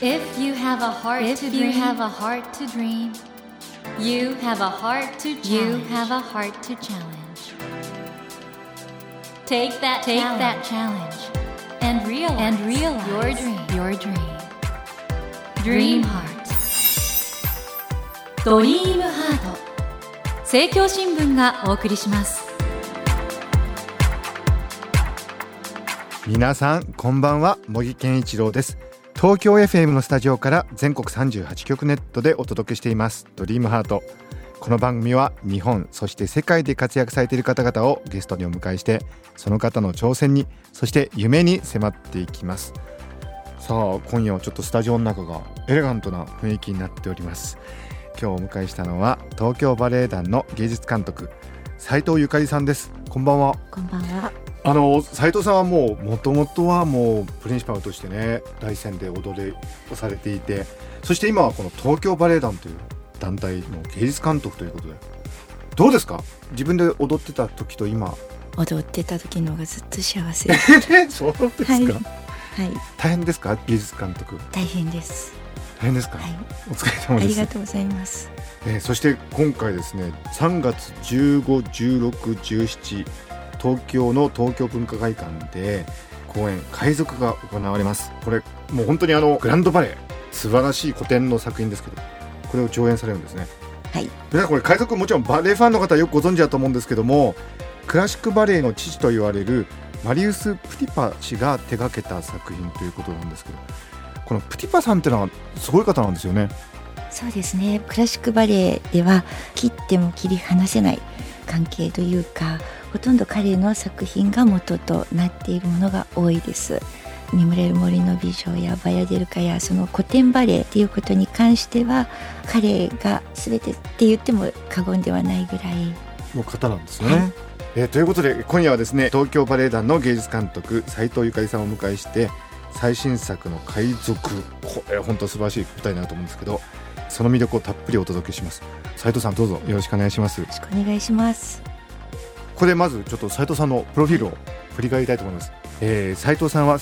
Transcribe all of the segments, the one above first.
If you have a heart to dream, you have a heart to dream. You have a heart to challenge. You have a heart to challenge. Take that challenge and realize your dream. Dream Heart. ドリームハート。政教新聞がお送りします。 皆さんこんばんは、茂木健一郎です。東京 FM のスタジオから全国38局ネットでお届けしていますドリームハート。この番組は日本そして世界で活躍されている方々をゲストにお迎えして、その方の挑戦にそして夢に迫っていきます。さあ今夜はちょっとスタジオの中がエレガントな雰囲気になっております。今日お迎えしたのは東京バレエ団の芸術監督斉藤ゆかりさんです。こんばんは。 こんばんは。 斉藤さんはもともとはもうプリンシパルとしてね大戦で踊りをされていて、そして今はこの東京バレエ団という団体の芸術監督ということで、どうですか？自分で踊ってた時と今。 踊ってた時の方がずっと幸せです。 そうですか、はい、大変ですか？芸術監督。 大変です。 大変ですか？はい、お疲れ様です。 ありがとうございます。 そして今回ですね、3月15、16、17東京の東京文化会館で公演海賊が行われます。これもう本当にグランドバレエ、素晴らしい古典の作品ですけど、これを上演されるんですね。 はい。 でこれ海賊、もちろんバレエファンの方はよくご存知だと思うんですけども、クラシックバレエの父と言われるマリウス・プティパ氏が手掛けた作品ということなんですけど、このプティパさんってのはすごい方なんですよね。 そうですね。クラシックバレエでは切っても切り離せない関係というか、ほとんど彼の作品が元となっているものが多いです。眠れる森の美女やバヤデルカやその古典バレエっていうことに関しては彼が全てって言っても過言ではないぐらいの方なんですね。はい。ということで今夜はですね、東京バレエ団の芸術監督斉藤ゆかりさんをお迎えして、最新作の海賊、これ本当素晴らしい舞台になると思うんですけど、その魅力をたっぷりお届けします。斉藤さんどうぞよろしくお願いします。 よろしくお願いします。 ここでまずちょっと斉藤さんのプロフィールを振り返りたいと思います。斉藤さんは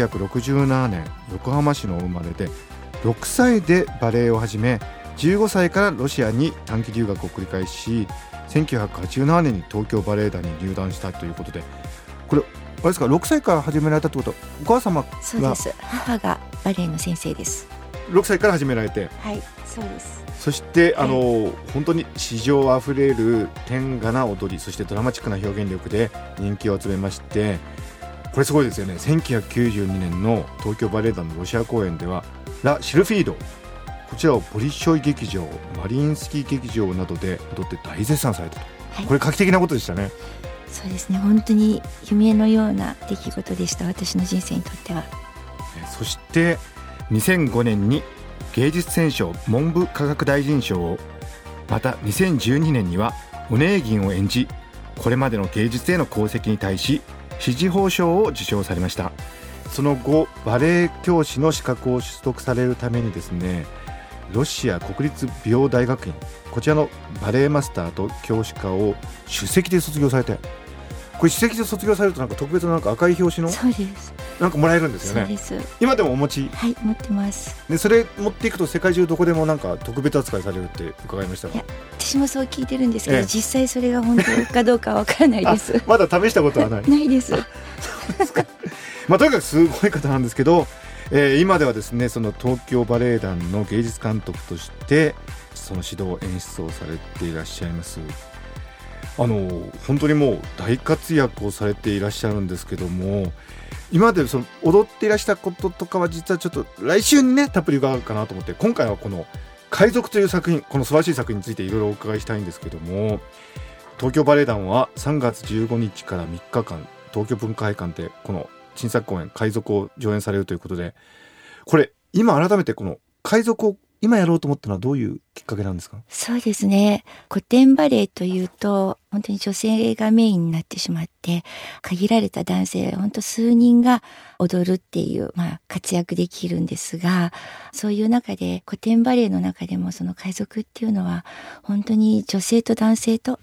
1967年横浜市の生まれで、6歳でバレエを始め、15歳からロシアに短期留学を繰り返し、1987年に東京バレエ団に入団したということで、これあれですか、6歳から始められたってことはお母様が？ そうです。母がバレエの先生です。 6歳から始められて。 はい、そうです。 そして本当に詩情あふれる天雅な踊り、そしてドラマチックな表現力で人気を集めまして、これすごいですよね。1992年の東京バレエ団のロシア公演ではラ・シルフィード、こちらをボリショイ劇場、マリインスキー劇場などで踊って大絶賛されたと。はい、これ画期的なことでしたね。 そうですね。本当に夢のような出来事でした、私の人生にとっては。 そして2005年に芸術選奨文部科学大臣賞を、また2012年にはオネーギンを演じ、これまでの芸術への功績に対し支持報奨を受賞されました。その後バレエ教師の資格を取得されるためにですね、ロシア国立美容大学院、こちらのバレエマスターと教師科を首席で卒業されて、これ首席で卒業されるとなんか特別な赤い表紙のそうですなんかもらえるんですよね。 そうです。 今でもお持ち？ はい、持ってます。 でそれ持っていくと世界中どこでもなんか特別扱いされるって伺いましたが。 いや、私もそう聞いてるんですけど、実際それが本当かどうかわからないです。 まだ試したことはない？ないです。 そうですか。とにかくすごい方なんですけど、今ではですね、その東京バレエ団の芸術監督としてその指導演出をされていらっしゃいます。本当にもう大活躍をされていらっしゃるんですけども、今までその踊っていらしたこととかは実はちょっと来週にねたっぷり伺うかなと思って、今回はこの海賊という作品、この素晴らしい作品についていろいろお伺いしたいんですけども、東京バレエ団は3月15日から3日間東京文化会館でこの新作公演海賊を上演されるということで、これ今改めてこの海賊を今やろうと思ったのはどういうきっかけなんですか？ そうですね。古典バレエというと本当に女性がメインになってしまって、限られた男性本当数人が踊るっていう、活躍できるんですが、そういう中で古典バレエの中でもその海賊っていうのは本当に女性と男性と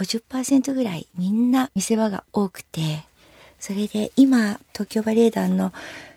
50% ぐらいみんな見せ場が多くて、それで今東京バレエ団の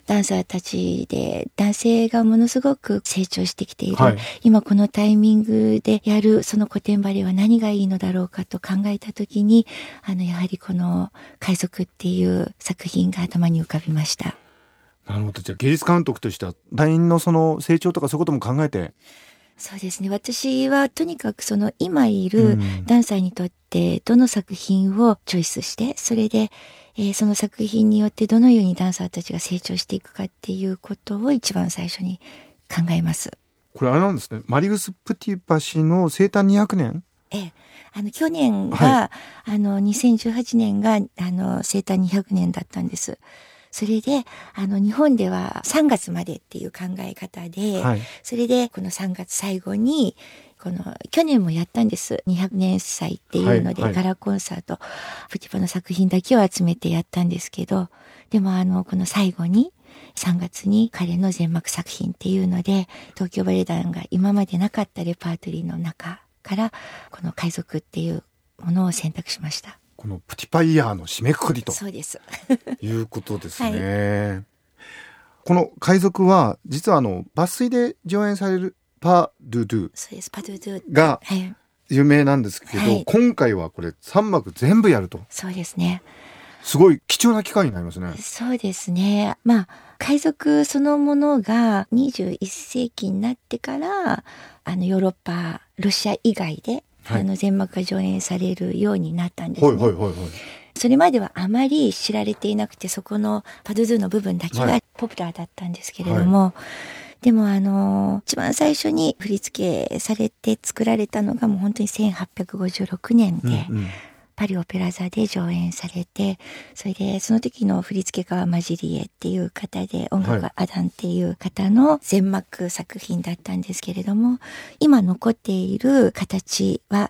ダンサーたちで男性がものすごく成長してきている、 はい、 今このタイミングでやるその古典バレエは何がいいのだろうかと考えた時にやはりこの海賊っていう作品が頭に浮かびました。 なるほど。じゃあ芸術監督としては団員のその成長とかそういうことも考えて。 そうですね。私はとにかくその今いるダンサーにとってどの作品をチョイスして、それで、その作品によってどのようにダンサーたちが成長していくかっていうことを一番最初に考えます。 これあれなんですね。マリウス・プティパ氏の生誕200年。 去年が、2018年が生誕200年だったんです。それで日本では3月までっていう考え方で、はい、それでこの3月最後に去年もやったんです。200年祭っていうので、ガラコンサート、プティパの作品だけを集めてやったんですけど、でもこの最後に3月に彼の全幕作品っていうので、東京バレエ団が今までなかったレパートリーの中からこの海賊っていうものを選択しました。 このプティパイヤーの締めくくりとそうですいうことですね、はい、この海賊は実は抜粋で上演されるパドゥドゥ、 そうです、パドゥドゥが有名なんですけど、はい、今回はこれ3幕全部やると。 そうですね。 すごい貴重な機会になりますね。 そうですね。海賊そのものが21世紀になってからヨーロッパ、ロシア以外で全幕が上演されるようになったんですね。それまではあまり知られていなくて、そこのパドゥドゥの部分だけがポピュラーだったんですけれども、でも一番最初に振り付けされて作られたのがもう本当に1856年で、パリオペラ座で上演されて、それでその時の振付家はマジリエっていう方で、音楽家アダンっていう方の全幕作品だったんですけれども、今残っている形は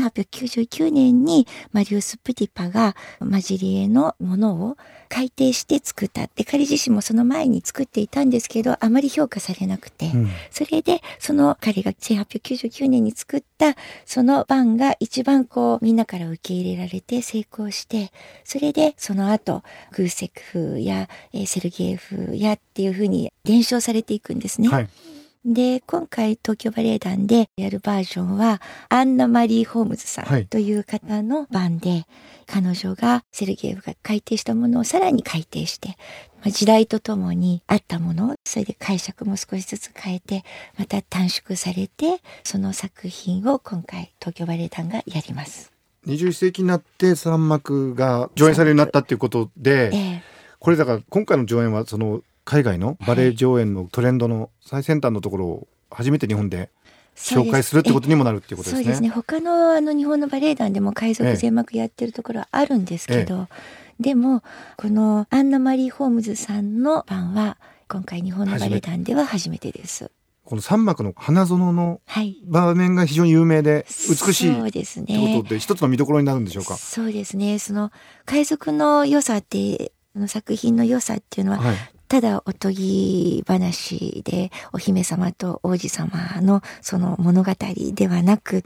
1899年にマリウス・プティパがマジリエのものを改訂して作ったって、彼自身もその前に作っていたんですけど、あまり評価されなくて、それでその彼が1899年に作ったその版が一番みんなから受け入れられて成功して、それでその後グーセク風やセルゲー風やっていう風に伝承されていくんですね。で、今回東京バレエ団でやるバージョンはアンナ・マリー・ホームズさんという方の版で、彼女がセルゲーフが改訂したものをさらに改訂して、時代とともにあったもの、それで解釈も少しずつ変えて、また短縮されて、その作品を今回東京バレエ団がやります。 21世紀になって3幕が上演されるようになったっていうことで、これだから今回の上演はその海外のバレエ上演のトレンドの最先端のところを初めて日本で紹介するってことにもなるっていうことですね。 そうですね。他の日本のバレエ団でも海賊全幕やってるところはあるんですけど、でもこのアンナ・マリー・ホームズさんの版は今回日本のバレエ団では初めてです。 この3幕の花園の場面が非常に有名で美しい、 そうですね、 ということで一つの見どころになるんでしょうか。 そうですね。その海賊の良さって作品の良さっていうのは、ただおとぎ話でお姫様と王子様のその物語ではなくって、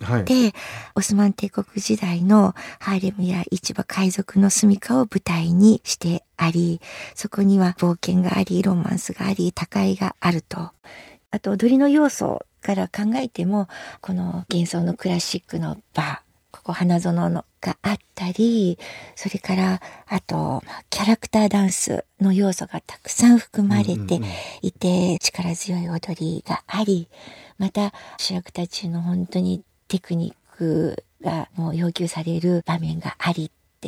オスマン帝国時代のハーレムや市場海賊の住処を舞台にしてあり、そこには冒険があり、ロマンスがあり、他界があると。あと踊りの要素から考えても、この幻想のクラシックの場、ここ花園のがあったり、それからあとキャラクターダンスの要素がたくさん含まれていて、力強い踊りがあり、また主役たちの本当にテクニックがもう要求される場面がありって、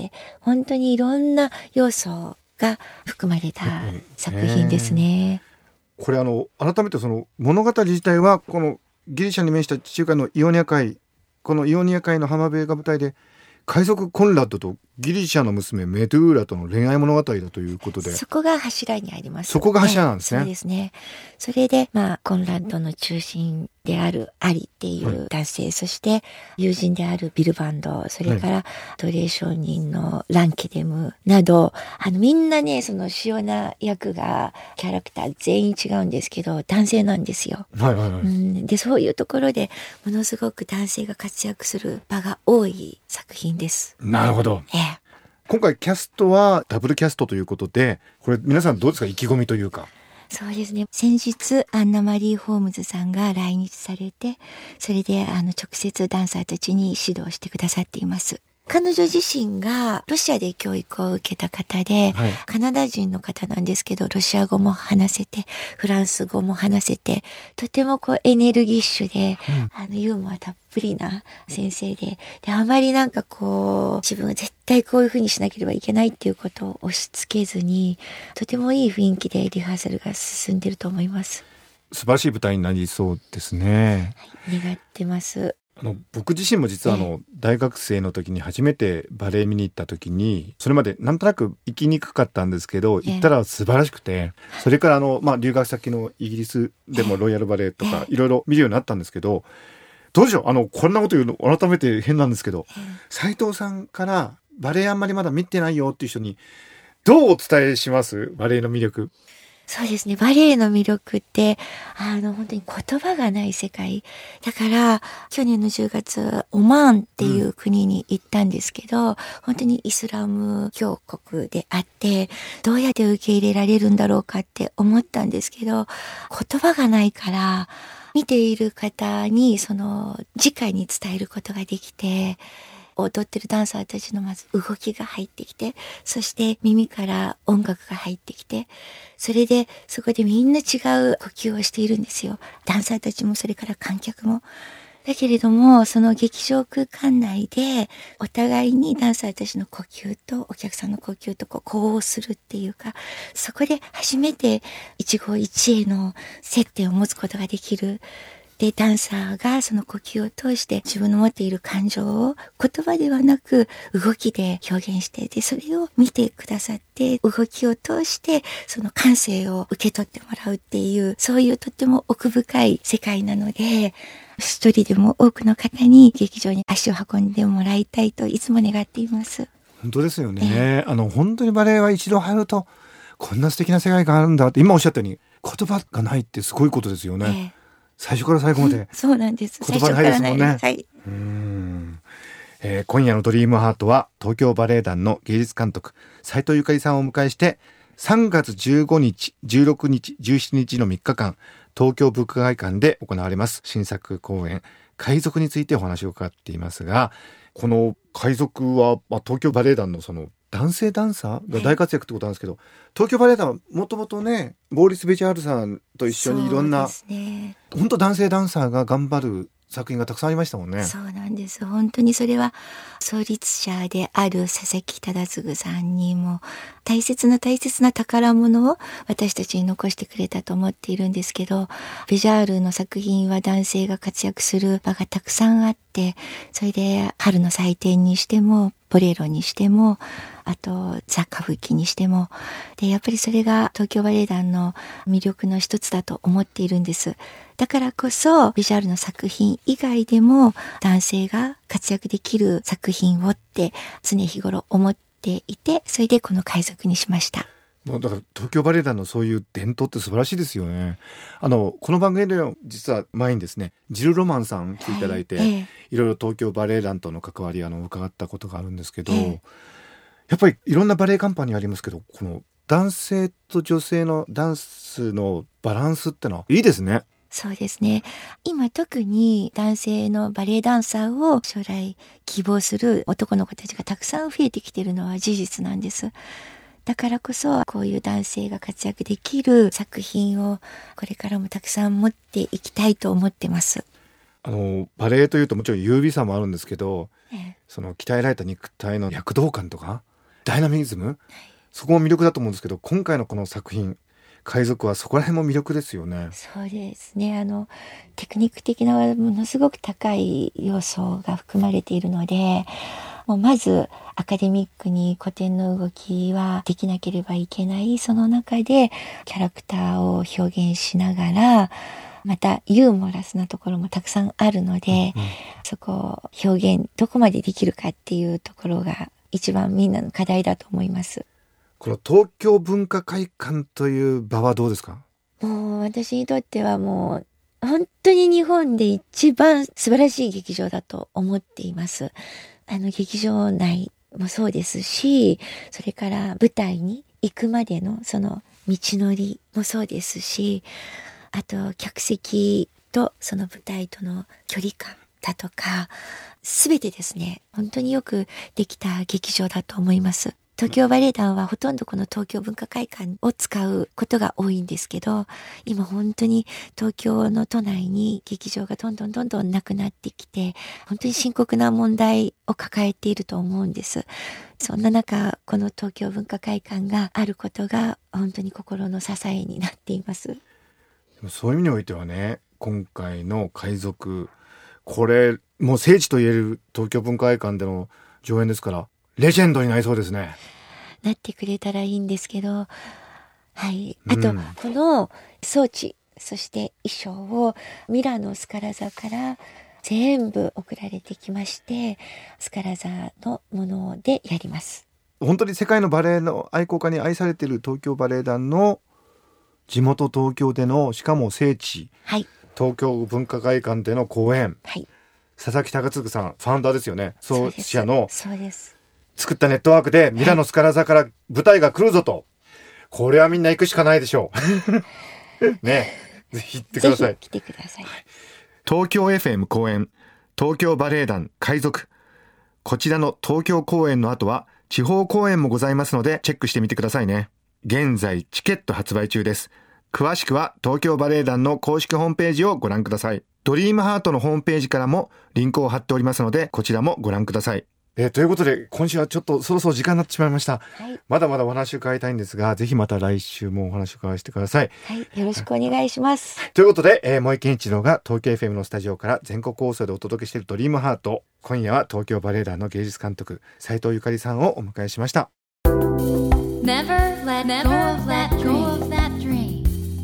本当にいろんな要素が含まれた作品ですね。 これ改めてその物語自体はこのギリシャに面した地中海のイオニア海、このイオニア海の浜辺が舞台で海賊コンラッドとギリシャの娘メドゥーラとの恋愛物語だということで、 そこが柱にあります。 そこが柱なんですね。 そうですね。それでコンラッドの中心であるアリっていう男性、そして友人であるビルバンド、それから奴隷商人のランケデムなど、みんなね、その主要な役がキャラクター全員違うんですけど男性なんですよ。で、そういうところでものすごく男性が活躍する場が多い作品です。 なるほど。 今回キャストはダブルキャストということで、これ皆さんどうですか、意気込みというか。 そうですね。先日アンナ・マリー・ホームズさんが来日されて、それで直接ダンサーたちに指導してくださっています。彼女自身がロシアで教育を受けた方で、 はい、 カナダ人の方なんですけど、ロシア語も話せて、フランス語も話せて、とてもエネルギッシュで、ユーモアたっぷりな先生で、あまり自分は絶対こういう風にしなければいけないっていうことを押し付けずに、とてもいい雰囲気でリハーサルが進んでいると思います。 素晴らしい舞台になりそうですね。 はい、願ってます。 僕自身も実は大学生の時に初めてバレエ見に行った時に、それまでなんとなく行きにくかったんですけど、行ったら素晴らしくて、それから留学先のイギリスでもロイヤルバレエとかいろいろ見るようになったんですけど、どうでしょう、こんなこと言うの改めて変なんですけど、斉藤さんからバレエあんまりまだ見てないよっていう人にどうお伝えします？バレエの魅力。 そうですね。バレエの魅力って、本当に言葉がない世界。だから、去年の10月、オマーンっていう国に行ったんですけど、本当にイスラム教国であって、どうやって受け入れられるんだろうかって思ったんですけど、言葉がないから、見ている方に、次回に伝えることができて、踊ってるダンサーたちのまず動きが入ってきて、そして耳から音楽が入ってきて、それでそこでみんな違う呼吸をしているんですよ。ダンサーたちもそれから観客も。だけれども、その劇場空間内でお互いにダンサーたちの呼吸とお客さんの呼吸と呼応するっていうか、そこで初めて一期一会の接点を持つことができる。で、ダンサーがその呼吸を通して自分の持っている感情を言葉ではなく動きで表現して、で、それを見てくださって、動きを通してその感性を受け取ってもらうっていう、そういうとっても奥深い世界なので、一人でも多くの方に劇場に足を運んでもらいたいといつも願っています。 本当ですよね。本当にバレエは一度入るとこんな素敵な世界があるんだって、今おっしゃったように言葉がないってすごいことですよね。最初から最後までそうなんです。 言葉に入るですもんね。 はい。 今夜のドリームハートは東京バレエ団の芸術監督斉藤ゆかりさんをお迎えして、3月15日、16日、17日の3日間、東京文化会館で行われます新作公演海賊についてお話を伺っていますが、この海賊は、東京バレエ団の男性ダンサーが大活躍ってことなんですけど、東京バレエ団はもともとね、ボーリス・ベジャールさんと一緒にいろんな、本当男性ダンサーが頑張る作品がたくさんありましたもんね。 そうなんです。本当にそれは創立者である佐々木忠次さんにも大切な宝物を私たちに残してくれたと思っているんですけど、ベジャールの作品は男性が活躍する場がたくさんあって、それで春の祭典にしてもボレロにしても、あとザ・歌舞伎にしても、でやっぱりそれが東京バレエ団の魅力の一つだと思っているんです。だからこそビジュアルの作品以外でも男性が活躍できる作品をって常日頃思っていて、それでこの海賊にしました。 だから東京バレエ団のそういう伝統って素晴らしいですよね。この番組で実は前にですね、ジル・ロマンさん来ていただいて、いろいろ東京バレエ団との関わり伺ったことがあるんですけど、やっぱりいろんなバレエカンパニーありますけど、この男性と女性のダンスのバランスってのはいいですね。 そうですね。今特に男性のバレエダンサーを将来希望する男の子たちがたくさん増えてきているのは事実なんです。だからこそこういう男性が活躍できる作品をこれからもたくさん持っていきたいと思ってます。 バレエというともちろん優美さもあるんですけど、その鍛えられた肉体の躍動感とかダイナミズム、そこも魅力だと思うんですけど、今回のこの作品海賊はそこら辺も魅力ですよね。 そうですね。テクニック的なものすごく高い要素が含まれているので、もうまずアカデミックに古典の動きはできなければいけない。その中でキャラクターを表現しながら、またユーモラスなところもたくさんあるので、そこを表現どこまでできるかっていうところが一番みんなの課題だと思います。 この東京文化会館という場はどうですか？ もう私にとってはもう本当に日本で一番素晴らしい劇場だと思っています。劇場内もそうですし、それから舞台に行くまでのその道のりもそうですし、あと客席とその舞台との距離感だとか、すべてですね、本当によくできた劇場だと思います。東京バレエ団はほとんどこの東京文化会館を使うことが多いんですけど、今本当に東京の都内に劇場がどんどんなくなってきて、本当に深刻な問題を抱えていると思うんです。そんな中、この東京文化会館があることが本当に心の支えになっています。 そういう意味においてはね、今回の海賊、これもう聖地と言える東京文化会館での上演ですから、レジェンドになりそうですね。 なってくれたらいいんですけど、はい。あと、この装置、そして衣装をミラノスカラ座から全部送られてきまして、スカラ座のものでやります。 本当に世界のバレエの愛好家に愛されている東京バレエ団の地元東京での、しかも聖地、 はい、 東京文化会館での公演、 はい、 佐々木孝次さんファウンダーですよね。創始者のそうです作ったネットワークでミラノスカラ座から舞台が来るぞと、これはみんな行くしかないでしょうね。ぜひ行ってください。 ぜひ来てください。 東京 FM 公演東京バレエ団海賊、こちらの東京公演の後は地方公演もございますのでチェックしてみてくださいね。現在チケット発売中です。詳しくは東京バレエ団の公式ホームページをご覧ください。ドリームハートのホームページからもリンクを貼っておりますので、こちらもご覧ください。ということで今週はちょっとそろそろ時間になってしまいました、 はい、 まだまだお話を伺いたいんですが、ぜひまた来週もお話を伺わせてください。 はい、よろしくお願いします。 ということで、萌健一郎が東京 FM のスタジオから全国放送でお届けしているドリームハート、今夜は東京バレエ団の芸術監督斉藤ゆかりさんをお迎えしました。 Never let go of that dream.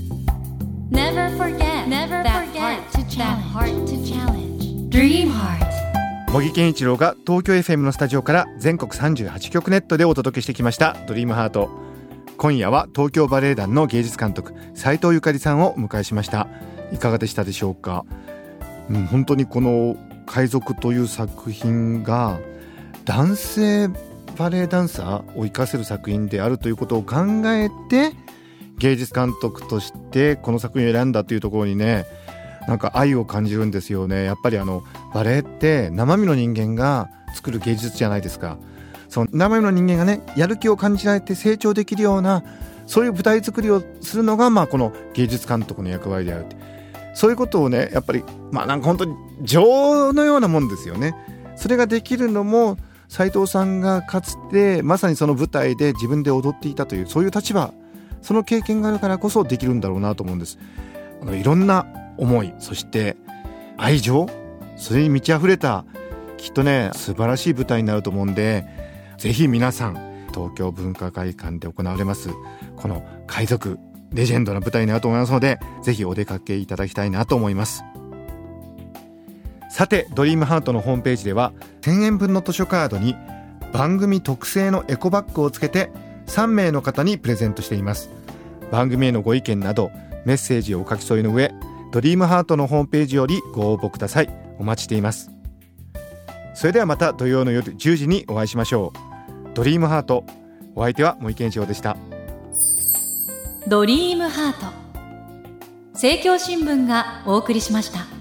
Never forget that heart to challenge. Dream Heart。 茂木健一郎が東京 FM のスタジオから全国38局ネットでお届けしてきましたドリームハート。今夜は東京バレエ団の芸術監督斉藤ゆかりさんをお迎えしました。いかがでしたでしょうか。本当にこの海賊という作品が男性バレエダンサーを生かせる作品であるということを考えて、芸術監督としてこの作品を選んだというところにね、なんか愛を感じるんですよね。やっぱりバレエって生身の人間が作る芸術じゃないですか。その生身の人間がね、やる気を感じられて成長できるような、そういう舞台作りをするのがこの芸術監督の役割である。そういうことをね、やっぱりなんか本当に女王のようなもんですよね。それができるのも斉藤さんがかつてまさにその舞台で自分で踊っていたという、そういう立場、その経験があるからこそできるんだろうなと思うんです。いろんな思い、そして愛情、それに満ち溢れたきっとね、素晴らしい舞台になると思うんで、ぜひ皆さん東京文化会館で行われますこの海賊、レジェンドな舞台になると思いますので、ぜひお出かけいただきたいなと思います。さて、ドリームハートのホームページでは1000円分の図書カードに番組特製のエコバッグをつけて3名の方にプレゼントしています。番組へのご意見などメッセージをお書き添えの上、ドリームハートのホームページよりご応募ください。お待ちしています。それではまた土曜の夜10時にお会いしましょう。ドリームハート、お相手は森健一郎でした。 ドリームハート、政教新聞がお送りしました。